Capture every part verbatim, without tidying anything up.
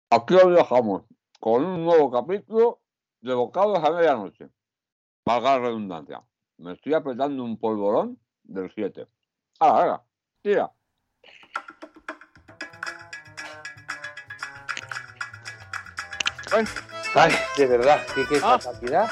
Aquí lo dejamos con un nuevo capítulo de Bocados a Medianoche. Valga la redundancia. Me estoy apretando un polvorón del siete. ¡Hala, venga! ¡Tira! Ay, de verdad, qué, qué Ah. capacidad.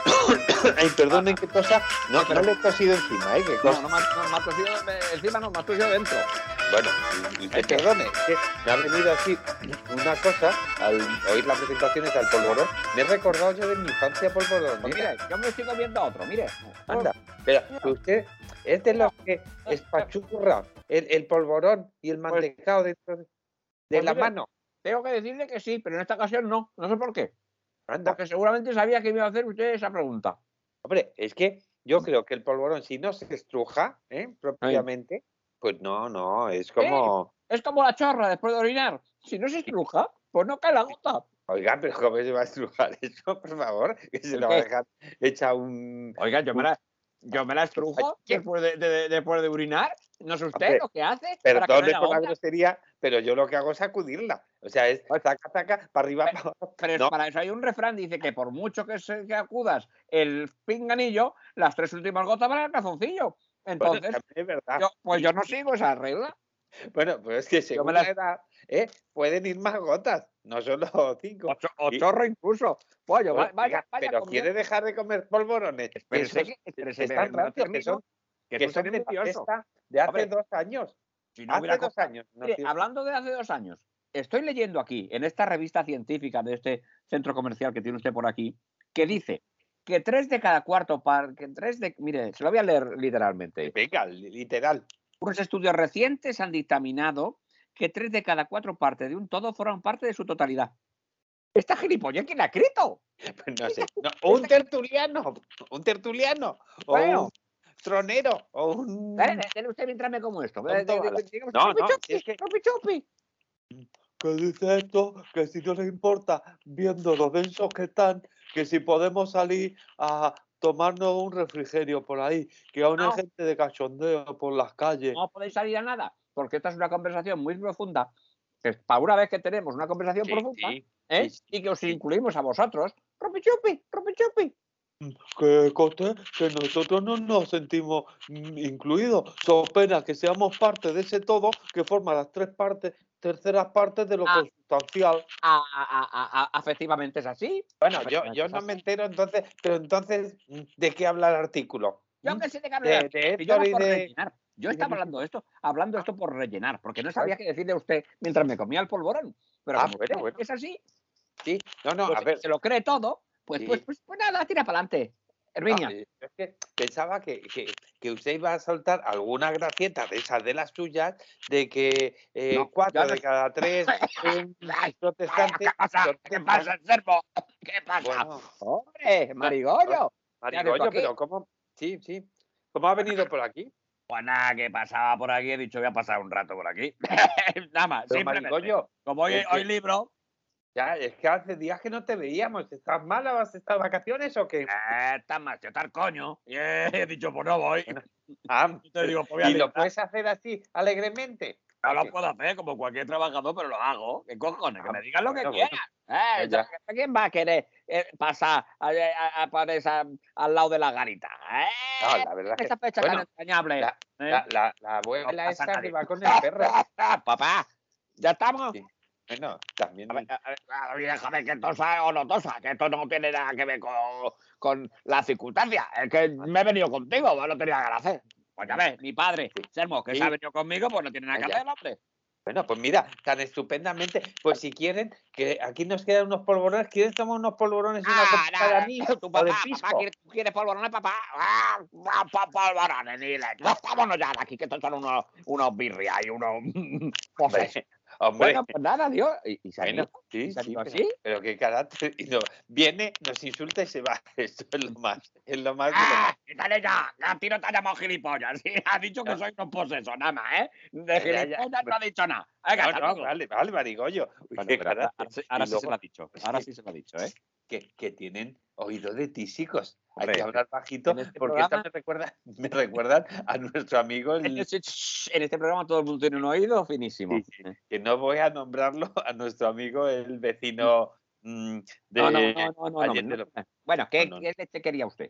Ay, perdonen que tosa. No, no le he tosido encima, ¿eh? Que No, cosa. no me has no me has tosido de- encima, no me has tosido dentro. Bueno, y- y que perdone, es que me ha venido así una cosa al oír las presentaciones al polvorón. Me he recordado yo de mi infancia polvorón. Pues Mira, mire, yo me estoy comiendo otro, mire. anda. Pero que usted es de los que espachurra el, el polvorón y el mantecado dentro de, de Pues la mire, mano. Tengo que decirle que sí, pero en esta ocasión no. No sé por qué. Anda. Porque seguramente sabía que me iba a hacer usted esa pregunta. Hombre, es que yo creo que el polvorón, si no se estruja, ¿eh? propiamente, pues no, no, es como... Es como la chorra después de orinar. Si no se estruja, pues no cae la gota. Oiga, pero ¿cómo se va a estrujar eso, por favor? Que se ¿El lo va a qué? dejar hecha un... Oiga, yo me la, yo me la estrujo ¿Qué? después de, de- después de orinar. No sé usted Hombre, lo que hace para que no Perdone haya por la gota. grosería, pero yo lo que hago es sacudirla. O sea, es Pues- taca, taca, para arriba, para abajo. Pero es- No, para eso hay un refrán, dice que por mucho que, se, que acudas el pinganillo, las tres últimas gotas van al calzoncillo. bueno, Entonces, también es verdad. yo, pues yo no sigo esa regla. Bueno, pues es que según me la- la edad, ¿eh? pueden ir más gotas, no solo cinco. O, cho- o Y- chorro incluso. Pues yo, Bueno, va- vaya, oiga, vaya pero comiendo. ¿quiere dejar de comer polvorones? Que Espérese esos que- espérese, están me- me lo rancios, que termino, son, que que es son usted de la envidioso. cesta de hace Hombre, dos años. Si no Hace hubiera dos comprado- años. Mire, nació. hablando de hace dos años, estoy leyendo aquí, en esta revista científica de este centro comercial que tiene usted por aquí, que dice que tres de cada cuarto par, que tres de, mire, se lo voy a leer literalmente. Venga, li- literal. Unos estudios recientes han dictaminado que tres de cada cuatro partes de un todo forman parte de su totalidad. ¿Esta gilipollez quién la ha escrito? Pues no sé. No, o un tertuliano, un tertuliano, o Bueno. un tronero, o un... Dale, dale usted mientras me como esto. Tonto De- de- de- bala. digamos, No, chupi, no, chupi, si es que- chupi, chupi. Que dice esto, que si no les importa, viendo lo densos que están, que si podemos salir a tomarnos un refrigerio por ahí, que aún No. hay gente de cachondeo por las calles. No podéis salir a nada, porque esta es una conversación muy profunda, que para una vez que tenemos una conversación Sí, profunda, sí, ¿eh? sí, y que os sí. incluimos a vosotros, ropi chupi, ropi chupi. Que conste que nosotros no nos sentimos mm, incluidos. So pena que seamos parte de ese todo que forma las tres partes, terceras partes de lo Ah. consustancial. A, a- a- a- afectivamente es así. Bueno, yo, Afectivamente yo es no así. me entero entonces, pero entonces, ¿de qué habla el artículo? Yo ¿Mm? que sé de qué De, hablar. de Si yo era Héctor y por de... rellenar. Yo y de estaba hablando de esto, hablando esto por rellenar, porque no sabía Bueno. qué decirle a usted mientras me comía el polvorón. Pero Ah, como bueno, usted bueno. es así, Sí, no, no, pues a ver. se lo cree todo, pues, Sí. pues, pues, pues nada, tira para adelante. No, Herminia. eh, es que pensaba que, que, que usted iba a soltar alguna gracieta de esas de las suyas, de que eh, No, cuatro ya no- de cada tres eh, Ay, protestantes... ¿Qué pasa? ¿Qué protestan. pasa, enfermo? ¿Qué pasa? Bueno, Hombre, marigollo. ¿Qué haces tú Marigollo, aquí? pero ¿cómo? Sí, sí. ¿Cómo ha venido por aquí? Pues nada, que pasaba por aquí, he dicho, voy a pasar un rato por aquí. Nada más, Pero simplemente. Marigollo, Como hoy, es que- hoy libro, ya, es que hace días que no te veíamos. ¿Estás mala o has estado de vacaciones o qué? eh, está más tío, tal coño. Y he dicho, pues no voy. Bueno, Ah, Y te digo, pues voy a ¿y lo librar. puedes hacer así, alegremente? No lo Así. puedo hacer como cualquier trabajador, pero lo hago. ¿Qué cojones? Que Ah, me digan lo que bueno, quieran. Eh, Ya. ¿Quién va a querer eh, pasar a, a, a ponerse a- al lado de la garita? ¿Eh? No, la verdad que- Esa fecha bueno, tan entrañable. La, ¿eh? la, la, la No abuela pasa esa nada. que va con el perro. Papá, ¿ya estamos? Sí. Bueno, también. A ver, a ver, a ver, déjame que tosa o no tosa, que esto no tiene nada que ver con, con la circunstancia. Es que me he venido contigo, pues no tenía nada que hacer. Pues ya ves, mi padre, Sí. Sermo, que Sí. se ha venido conmigo, pues no tiene nada que Ya. hacer, hombre. Bueno, pues mira, tan estupendamente. Pues si quieren, que aquí nos quedan unos polvorones. ¿Quieren tomar unos polvorones y una Ah, copita de nada, anís? tu o de papá, pisco? papá, ¿quieres, ¿quieres polvorones, papá? Ah, ah, pa- polvorones, ni leche. Vámonos ya de aquí, que estos son unos, unos birria y unos... Hombre, Pues, hombre. bueno, pues nada, Dios. ¿Y, y se ha Bueno, ido? sí, ¿Y se ha sí, ido pero, así? pero qué carácter. Y no, viene, nos insulta y se va. Esto es lo más, es lo más de lo más. ¡Ah! ¡Quítale ya! Que a ti no te ha llamado gilipollas. Sí, ha dicho que No. soy un poseso, nada más, ¿eh? De Ya, ya, gilipollas no ha dicho nada. Venga, No, hasta no, luego. vale, vale, Marigollo. Uy, Bueno, qué pero ahora, carácter. ahora sí, ahora Y sí se luego- lo ha dicho. Ahora sí se lo ha dicho, ¿eh? que, que tienen oído de tísicos. Hay Hombre, que hablar bajito en este porque programa, esta me recuerda, me recuerdan a nuestro amigo en el, este, en este programa todo el mundo tiene un oído finísimo. sí, sí, que no voy a nombrarlo, a nuestro amigo el vecino mm, No, no, de no, no, no, no, Allende. no. Lo- Bueno, No, ¿qué, no, qué leche quería usted?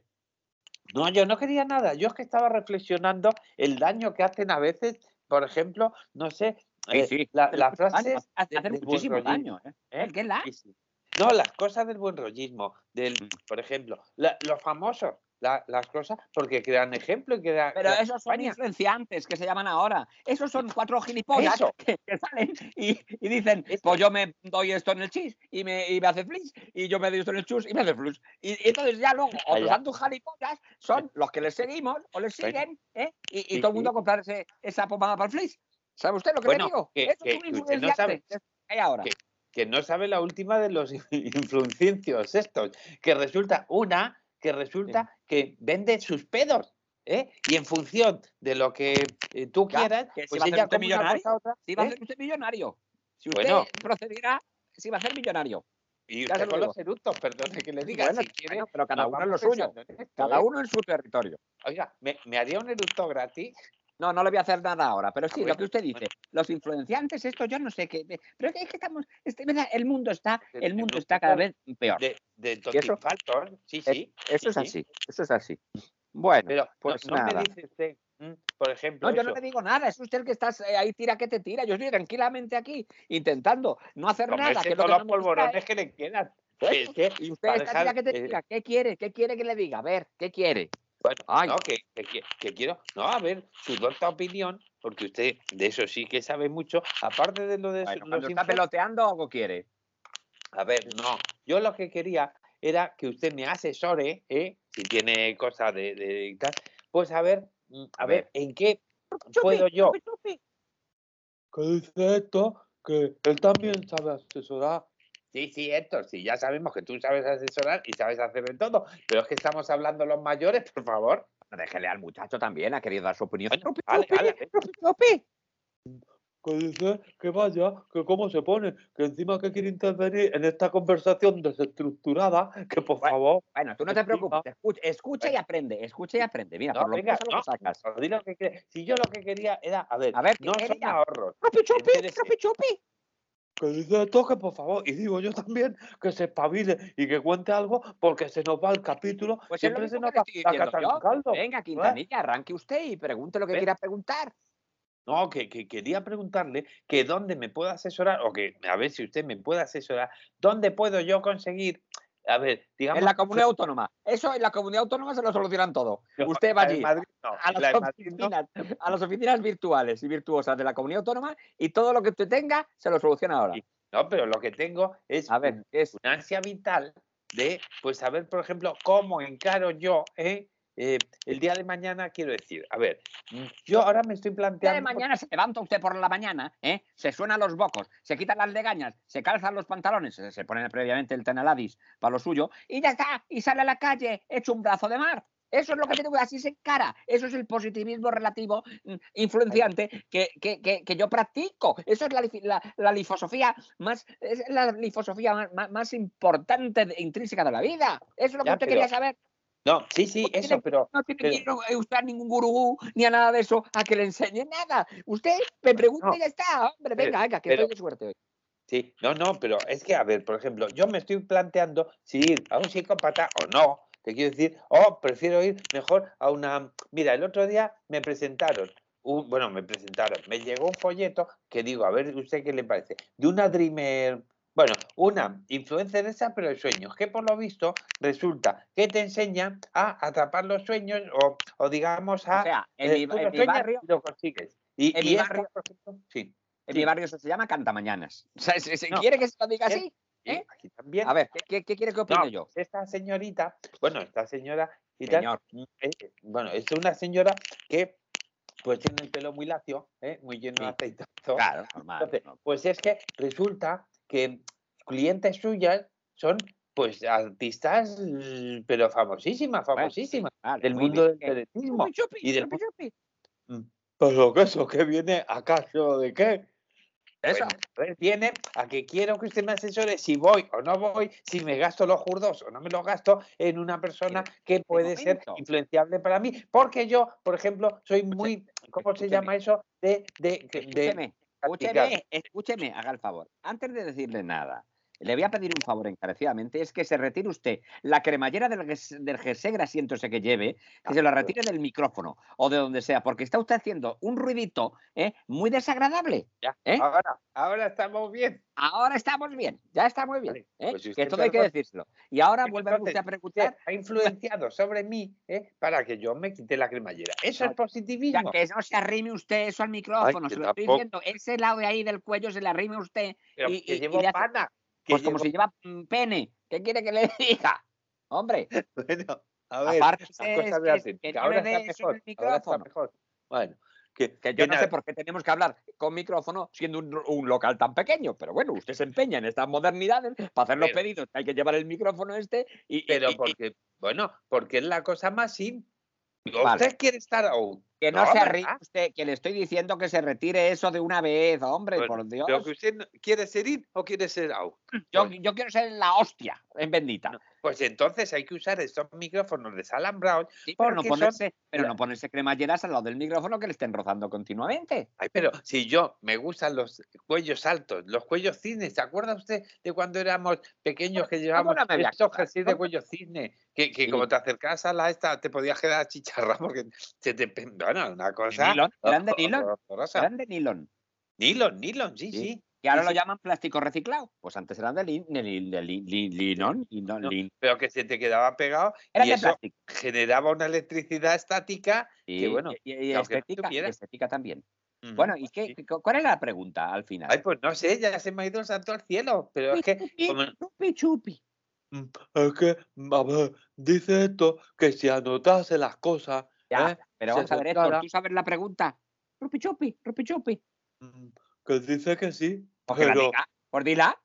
no, yo no quería nada. Yo es que estaba reflexionando el daño que hacen a veces, por ejemplo, no sé, Sí, eh, sí, la- hace las mucho daño, frases hace, de- hace del buen muchísimo daño. rollismo. ¿Eh? ¿Eh? ¿El qué la? Sí, sí. No, las cosas del buen rollismo, del, Mm. por ejemplo, la- los famosos, la- las cosas, porque crean ejemplo y crean, Pero crean esos son campaña. influenciantes que se llaman ahora. Esos son cuatro gilipollas Eso, que, que salen y, y dicen, eso. pues yo me doy esto en el chis y me, y me hace flis, y yo me doy esto en el chus y me hace flus. Y, y entonces ya luego otros Allá. tantos gilipollas son los que les seguimos o les Bueno, siguen, ¿eh? y, y sí, todo el mundo sí. a comprarse esa pomada para el flis. ¿Sabe usted lo que le Bueno, digo? que, Esos que, son que usted no sabe, influenciantes que hay ahora. que, que no sabe la última de los influencios estos, que resulta una, que resulta que vende sus pedos, ¿eh? Y en función de lo que eh, tú Ya, quieras, que si pues va a ser ella usted come una cosa millonario, otra, si va a ¿eh? ser usted millonario. Si usted Bueno, procederá, si va a ser millonario. y Ya se usted lo con digo. los eructos, perdone que le diga, Bueno, si quiere, bueno, pero cada nos uno en lo vamos suyo. pensando en esto, Cada ¿eh? uno en su territorio. Oiga, ¿me, me haría un eructo gratis? No, no le voy a hacer nada ahora, pero Ah, sí, lo bueno, que usted dice, bueno, los influenciantes, esto yo no sé qué, pero es que estamos, este, ¿verdad? El mundo está, en, el en mundo un está cada mundo vez peor. de, de Y eso, totifactor, sí, es- sí, eso sí, es sí. así, eso es así. Bueno, Pero no, pues no me nada. dice usted, mm, por No, ejemplo, yo no eso, le digo nada, es usted el que estás eh, ahí tira que te tira. Yo estoy tranquilamente aquí intentando no hacer nada, comerse que es lo todos que los más me distrae. polvorones que le quedan. Pues, Que es que y usted para está tira dejar, que te eh, tira. ¿Qué quiere? ¿Qué quiere que le diga? A ver, ¿qué quiere? bueno, Ay, no, que, que, qui- que quiero, no, a ver, su docta opinión, porque usted de eso sí que sabe mucho, aparte de lo de su- bueno, los cuando está influencers, peloteando, algo quiere. a ver, no, yo lo que quería era que usted me asesore, ¿eh? Si tiene cosas de, de y tal, pues a ver, mm, a A ver, ver, en qué chupi, puedo yo. chupi, chupi. Que dice esto, que él también sabe asesorar. Sí, sí, Héctor, sí, ya sabemos que tú sabes asesorar y sabes hacer de todo, pero es que estamos hablando los mayores, por favor. Déjele al muchacho también, ha querido dar su opinión. Bueno, Chupi, vale, chupi, vale, chupi, chupi. Que dice que vaya, que cómo se pone, que encima que quiere intervenir en esta conversación desestructurada, que por Bueno, favor, bueno, tú no te encima, preocupes, escucha, escucha y venga, aprende, escucha y sí. aprende. Mira, No, por lo venga, menos a lo no, que sacas. no, di lo que quieres. Si yo lo que quería era, a ver, A ver, ¿qué no son quería? ahorros, Chupi, chupi, entérese. chupi, chupi. que dice esto, que por favor, y digo yo también que se espabile y que cuente algo, porque se nos va el capítulo, Pues es lo siempre se mismo nos que le va estoy la diciendo cata en yo. caldo. Venga, ¿eh? Quintanilla, arranque usted y pregunte lo que ¿Ves? quiera preguntar. No, que, que quería preguntarle que dónde me puedo asesorar, o que a ver si usted me puede asesorar, dónde puedo yo conseguir, a ver, digamos, En la comunidad autónoma. Eso en la comunidad autónoma se lo solucionan todo. no, Usted va la de allí Madrid no, a las la de Madrid no. oficinas, a las oficinas virtuales y virtuosas de la comunidad autónoma y todo lo que usted tenga se lo soluciona ahora. Y- No, pero lo que tengo es A ver, un- ¿qué es? una ansia vital de, pues, saber, por ejemplo, cómo encaro yo ¿eh? Eh, el día de mañana, quiero decir, a ver, mm, yo ahora me estoy El día de planteando... mañana se levanta usted por la mañana, ¿eh? Se suenan los bocos, se quitan las legañas, se calzan los pantalones, se, se pone previamente el tenaladis para lo suyo y ya está, y sale a la calle hecho un brazo de mar. Eso es lo que tengo, así se encara. Eso es el positivismo relativo mm, influenciante que, que, que, que yo practico. Eso es la, lifi- la, la lifosofía más, es la lifosofía más, más, más importante, de- intrínseca de la vida. Eso es lo que Ya, usted pero... quería saber. No, sí, sí, No eso, tiene, pero... no tiene pero que ir a buscar ningún gurú ni a nada de eso a que le enseñe nada. Usted me pregunta no, y ya está. Hombre, pero, venga, venga, que pero estoy de suerte hoy. sí, no, no, pero es que, a ver, por ejemplo, yo me estoy planteando si ir a un psicópata o no, te quiero decir, o prefiero ir mejor a una... Mira, el otro día me presentaron, un, bueno, me presentaron, me llegó un folleto que digo, a ver, ¿usted qué le parece? De una dreamer, bueno, una influencer esa, pero de sueños, que por lo visto resulta que te enseña a atrapar los sueños o, o digamos, O a... sea, en eh, mi, tú en lo mi sueñas barrio, y lo consigues. Y, en y mi esta, barrio, por ejemplo, sí, en mi sí, barrio eso se llama cantamañanas. O sea, si, si no, quiere que se lo diga es- así, sí, ¿eh? aquí también. A ver, ¿qué, qué, qué quiere que No, opine yo? pues esta señorita, bueno, esta señora y tal, Señor. mm, eh, eh, bueno, es una señora que pues tiene el pelo muy lacio, ¿eh? Muy lleno de Sí, aceitazo. claro, normal. Entonces, No. pues es que resulta que clientes suyas son pues artistas, mm, pero famosísimas, Bueno, famosísimas, vale, del muy mundo del bien. atletismo Chupi, chupi, y del chupi, chupi. mundo... Pero que eso, que viene acaso de qué. Eso. Pues, a ver, viene a que quiero que usted me asesore si voy o no voy, si me gasto los jurdos o no me los gasto en una persona que De puede ser momento. influenciable para mí. Porque yo, por ejemplo, soy Escuche, muy, ¿cómo se escúcheme. llama eso? De, de, de Escúcheme, practicar. escúcheme, escúcheme, haga el favor. Antes de decirle nada, le voy a pedir un favor encarecidamente, es que se retire usted la cremallera del, ges- del Gesegre asiento ese que lleve, que se lo retire del micrófono o de donde sea, porque está usted haciendo un ruidito ¿eh? muy desagradable. Ya, ¿eh? ahora, ahora estamos bien. Ahora estamos bien, ya está muy bien. Vale, ¿eh? pues si Que usted todo hay que perdona. decírselo. Y ahora Bueno, vuelve entonces, usted a usted preguntar, ha influenciado sobre mí ¿eh? para que yo me quite la cremallera. Eso No, es ya positivismo. que no se arrime usted eso al Ay, micrófono, que se lo estoy tampoco. diciendo, ese lado de ahí del cuello se le arrime usted Pero y, que y- y llevo le hace, pana. Que pues como llevo. si lleva mm, pene. ¿Qué quiere que le diga? Hombre, Bueno, a ver, aparte las es cosas de que, antes, que que no le ahora está dé eso en mejor, el ahora está micrófono. mejor. Bueno, que, Que yo que no sé nada, por qué tenemos que hablar con micrófono siendo un, un local tan pequeño, pero bueno, usted se empeña en estas modernidades para hacer los pero, pedidos. Hay que llevar el micrófono este y, y- pero y- y- porque, bueno, porque es la cosa más simple. vale. ¿Usted quiere estar out? Que No, no se arrime ¿verdad? usted, que le estoy diciendo que se retire eso de una vez, hombre, Bueno, por Dios. pero que usted no- quiere ser in o quiere ser out. Yo, Pues, yo quiero ser la hostia, en bendita. no, pues entonces hay que usar estos micrófonos desalambrados Sí, pero no porque son. ponerse, pero no ponerse cremalleras al lado del micrófono que le estén rozando continuamente. Ay, pero si yo me gustan los cuellos altos, los cuellos cisnes, ¿se acuerda usted de cuando éramos pequeños que ¿Cómo llevábamos no me voy a estos acordar? jerseys de ¿Cómo? cuello cisne? Que, que Sí, como te acercabas a la esta, te podías quedar chicharrado porque se te. pe- Bueno, una de cosa nylon, eran de nylon, horrorosa. eran de nylon. Nylon, nylon, sí, Sí. sí. Y ahora Sí, lo sí. llaman plástico reciclado. Pues antes eran de, lin, de, lin- de lin- lin- lino, lino- No, lin- pero que se te quedaba pegado Eran y de eso plástico. generaba una electricidad estática que, Sí, bueno, y, y- y que aunque no estética, y tuviera. estética también. Ujú, Bueno, ¿y qué, sí. qué- cuál es la pregunta al final? Ay, pues no sé, ya se me ha ido el santo al cielo, pero es Chupi, que chupi, como. chupi, chupi. Mm, Es que, a ver, dice esto que si anotase las cosas, Ya, ¿eh? pero Se vamos a ver, Héctor, centrara, ¿tú sabes la pregunta? Rupi chupi, rupi chupi. mm, que dice que sí, O que la pero diga, pues dila.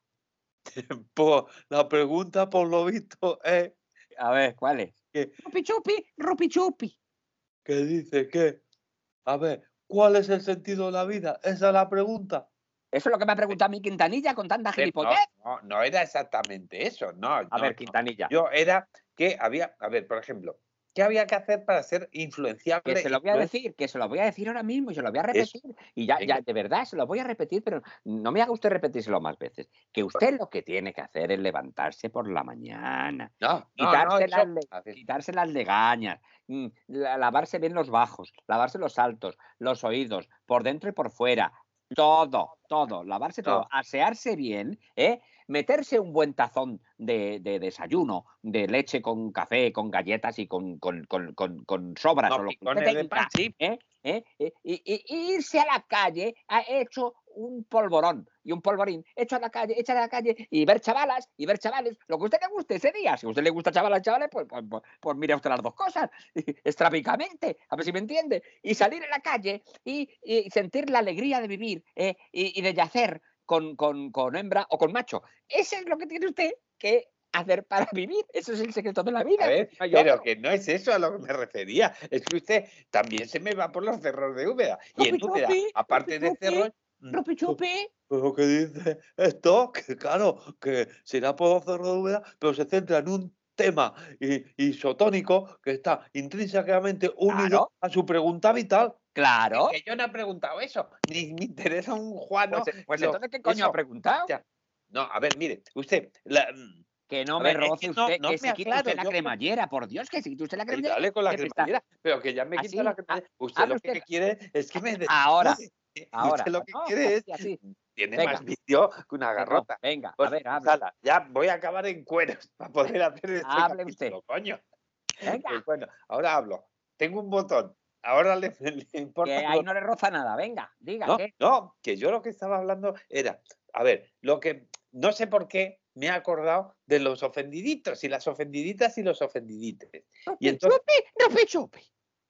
por, la pregunta por lo visto es A ver, ¿cuál es? que, Rupi chupi, rupi chupi. que dice que, a ver, ¿cuál es el sentido de la vida? Esa es la pregunta. Eso es lo que me ha preguntado a mí Quintanilla con tanta Pero no, gilipollez. no, no era exactamente eso, no, A no, ver, no. Quintanilla, Yo era que había, a ver, por ejemplo, ¿qué había que hacer para ser que influenciable? se lo voy a Influen- decir, que se lo voy a decir ahora mismo y se lo voy a Eso, repetir. Y ya, ya, venga. de verdad, se lo voy a repetir, pero no me haga usted repetírselo más veces. Que usted lo que tiene que hacer es levantarse por la mañana, No, no, no, quitarse, las, eso, le- a ver, quitarse las legañas, mm, la- lavarse bien los bajos, lavarse los altos, los oídos, por dentro y por fuera. Todo, todo, lavarse todo, no, asearse bien, ¿eh? Meterse un buen tazón de, de desayuno, de leche con café, con galletas y con, con, con, con, con sobras o no, lo que usted picones de pan, tenga, sí, ¿eh? ¿eh? Y, y- y irse a la calle ha hecho un polvorón y un polvorín, hecho a la calle, echar a la calle y ver chavalas y ver chavales, lo que a usted le guste ese día. Si a usted le gusta chavalas, chavales, pues, pues, pues, pues mire usted las dos cosas, estrábicamente, a ver si me entiende. Y salir a la calle y, y sentir la alegría de vivir ¿eh? y, y de yacer con, con, con hembra o con macho. Eso es lo que tiene usted que hacer para vivir. Eso es el secreto de la a vida. ver, No hay pero otro. que no es eso a lo que me refería, es que usted también se me va por los cerros de Úbeda, y en Rupi Úbeda, chupi, aparte de rupi cerros, mm, rupi chupi. Pero que dice esto, que claro, que será por cerro de Úbeda, pero se centra en un tema i- isotónico que está intrínsecamente unido Claro, a su pregunta vital. claro. que yo no he preguntado eso, ni me interesa un juano, Pues, pues lo- entonces, ¿qué coño ha eso. preguntado? Ya. No, a ver, mire, usted, la- mm, Que no a me ver, es roce que no, usted, no que me se quite usted aclaro, la yo. cremallera, por Dios, que se quite usted la Ay, cremallera. dale con la que me está- cremallera, pero que ya me quito Así, la ha- cremallera. Usted hable lo usted. que quiere es que me Ahora, desnude. ahora. Usted lo que No, quiere es. así, así. Tiene Venga. más vídeo que una Que no, garrota. venga, a Pues, ver, pues, hable. ala, ya voy a acabar en cueros para poder hacer este Hable usted. capítulo, coño. Venga, Pues bueno, ahora hablo. Tengo un botón. Ahora le, le que importa. ahí no le roza nada. Venga, diga, No, ¿qué? no, que yo lo que estaba hablando era, a ver, lo que no sé por qué me he acordado de los ofendiditos y las ofendiditas y los ofendidites. Y Rupi entonces, chupi, rupi chupi.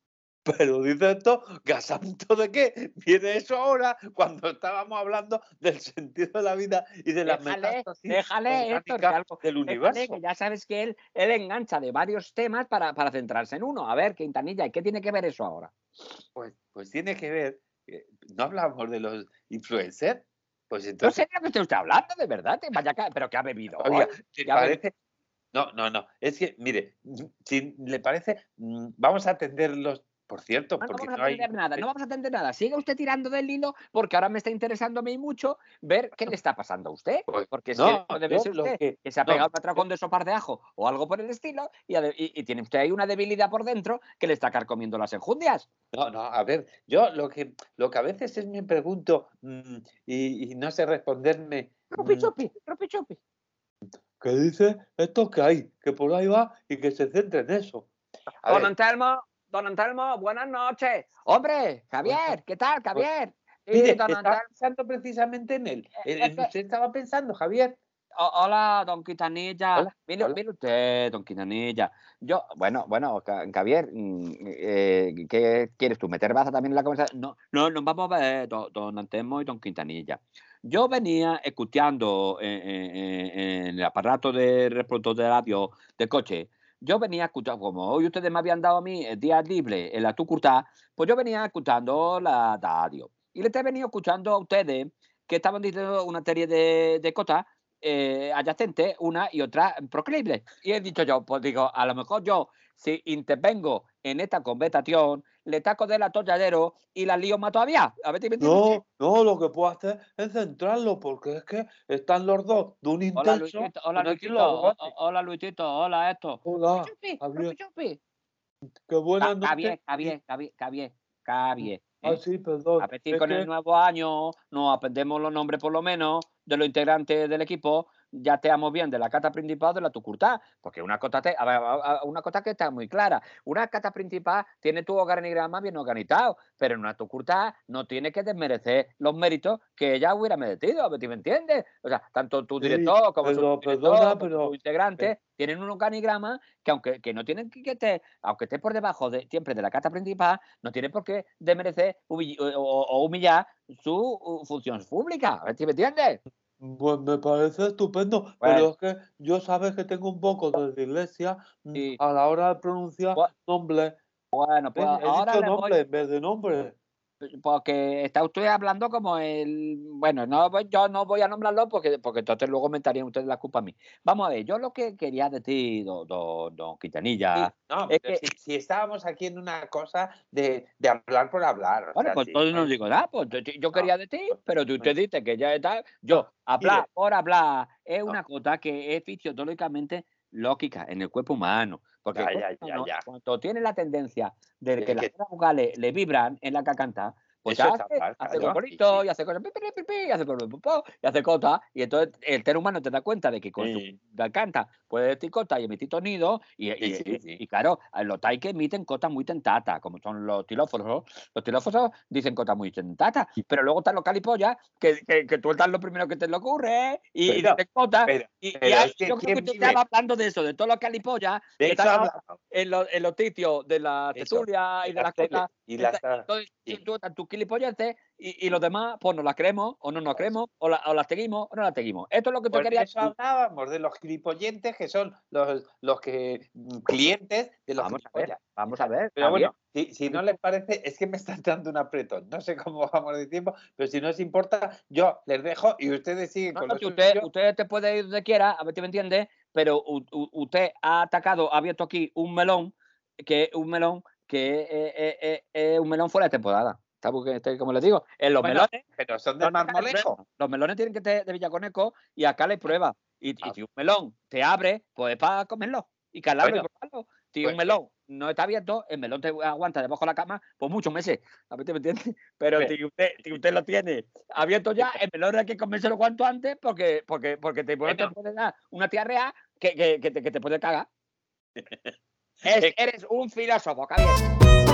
Pero dice esto, ¿que a santo de qué? Viene eso ahora cuando estábamos hablando del sentido de la vida y de las Déjale, metástasis déjale, Héctor, que orgánicas algo, del déjale, universo. que ya sabes que él, él engancha de varios temas para, para centrarse en uno. A ver, Quintanilla, ¿y qué tiene que ver eso ahora? pues, pues tiene que ver, eh, no hablamos de los influencers. Pues No entonces, sé de lo que esté usted hablando, de verdad. te Vaya, ca- pero ¿qué ha bebido hoy? oiga, ¿te ¿Qué ha bebido? parece? No, no, no. Es que, mire, si le parece, mm, vamos a atenderlos, por cierto, No, no porque vamos a no hay. atender nada, no vamos a atender nada. Siga usted tirando del hilo porque ahora me está interesando a mí mucho ver qué le está pasando a usted. Pues, Porque es que no, debe yo ser lo usted que. que se ha No, pegado un yo- atracón de sopar de ajo o algo por el estilo y, ade- y- y tiene usted ahí una debilidad por dentro que le está carcomiendo las enjundias. no, no, a ver, yo lo que, lo que a veces es me pregunto mm, y, y no sé responderme. Rupi mm, chupi, rupi chupi. Que dice esto que hay, que por ahí va y que se centre en eso. a Don ver, Antelmo, don Antelmo, buenas noches. Hombre, bueno, Javier, ¿qué tal, pues, Javier? Sí, mire, don estaba Antelmo. pensando precisamente en él. En, Es en que usted estaba pensando, Javier. O- hola, don Quintanilla. Hola, Mire, hola. mire usted, don Quintanilla. Yo, bueno, bueno, Ca- Javier, mm, eh, ¿qué quieres tú? ¿Meter baza también en la conversación? No, no, nos vamos a ver, don, don Antemo y don Quintanilla. Yo venía escuchando eh, eh, eh, en el aparato de reproductor de radio de coche. Yo venía escuchando, como hoy ustedes me habían dado a mí el día libre en la Tucurtá, pues yo venía escuchando la radio. Y les he venido escuchando a ustedes que estaban diciendo una serie de, de cosas eh, adyacentes, una y otra proclive. Y he dicho yo, pues digo, a lo mejor yo, si intervengo en esta conversación, le taco del atolladero y la lío más todavía. A ver si me entiendes. No, no, lo que puedo hacer es centrarlo, porque es que están los dos de un Hola intenso Luisito, hola que no hay quien lo Luisito, o- aguante. o- hola Luisito, hola esto. Rupi Hola, chupi, rupi Javier, chupi. qué buenas Ca- noches. Cabié, cabié, cabié, cabié, cabié, Ah, ¿eh? sí, perdón. A ver si Es con el que nuevo año nos aprendemos los nombres por lo menos de los integrantes del equipo, ya estamos bien de la cata principal de la tucurtá, porque una cosa, te, a ver, a- a- una cosa que está muy clara, una cata principal tiene tu organigrama bien organizado, pero en una tucurtá no tiene que desmerecer los méritos que ella hubiera merecido, a ver si me entiendes. O sea, tanto tu sí, director como su pero director, perdona, como pero tus integrantes tienen un organigrama que aunque que no tienen que, que te, aunque esté por debajo de, siempre de la cata principal, no tiene por qué desmerecer humill- o, o humillar su uh, función pública. A ver si me entiendes. pues me parece estupendo, Bueno, pero es que yo sabes que tengo un poco de dislexia mm, y, a la hora de pronunciar bu- nombre. bueno, pues ¿Ves? He ahora dicho le voy, nombre en vez de nombre. porque está usted hablando como el, bueno, no, voy- yo no voy a nombrarlo porque, porque entonces luego me estarían ustedes la culpa a mí. Vamos a ver, yo lo que quería decir, don, don, don Sí, Quintanilla, no, es pero que, si, si estábamos aquí en una cosa de, de hablar por hablar, o bueno, sea, pues sí, entonces no no hay- digo nada, pues yo, yo no, quería decir, pues, pero si usted pues, dice que ya está, no, yo, hablar mire, por hablar es no, una cosa que es fisiológicamente lógica en el cuerpo humano, porque el ya, cuerpo ya, ya, humano, ya. cuando tiene la tendencia de que Es las que cuerdas vocales le vibran en la que canta, pues eso ya está hace, mal, hace claro, sí, cocorito sí. y hace cosas, pi, pi, pi, pi, y hace cosas, pu, pu, y hace cosas, y entonces el ser humano te da cuenta de que con su Sí, garganta puede decir cosas y emitir sonidos, y, sí, y, sí, y, sí. y claro, los tai que emiten cosas muy tentatas, como son los tilófonos, los tilófonos dicen cosas muy tentatas, pero luego están los calipollas que, que, que tú estás lo primero que te le ocurre y, y Pero, dicen cosas. pero, Y, y pero hay- es que yo creo que ¿quién usted vive? estaba hablando de eso, de todos los calipollas De que eso están hablamos, en los, en los sitios de la eso, tertulia y de de las las teles cosas. y las... Esta- y entonces, sí, tú estás tus gilipolleces y, y los demás, pues nos las creemos o no nos creemos, o, la- o las seguimos o no las seguimos. Esto es lo que te pues de quería eso decir. hablábamos, de los gilipoyentes que son los, los que mm, clientes de los Vamos a ver, gilipollas. vamos a ver, Pero Javier. bueno, si, si no les parece, es que me están dando un apretón. No sé cómo vamos de tiempo, pero si no os importa, yo les dejo y ustedes siguen No, con no, lo si usted, suyo. usted te puede ir donde quiera, a ver si me entiende, pero u- u- usted ha atacado, ha abierto aquí un melón, que es un melón que es, es- es- es un melón fuera de temporada. ¿Está? Porque, este, como les digo, en los Bueno, melones, pero son no, de acá hay marmolejo. pruebas. Los melones tienen que ser de Villaconejo y acá le prueba. Y, y Ah, si un melón te abre, pues es para comerlo y calarlo y bueno, probarlo. Si pues, un melón no está abierto, el melón te aguanta debajo de la cama por muchos meses. A ver si me entiende. Pero pues, si usted, si usted lo tiene abierto ya, el melón hay que comérselo cuanto antes porque, porque, porque te, puede- te bueno, puede dar una diarrea que, que, que, te, que te puede cagar. Es- es eres un filósofo, Javier.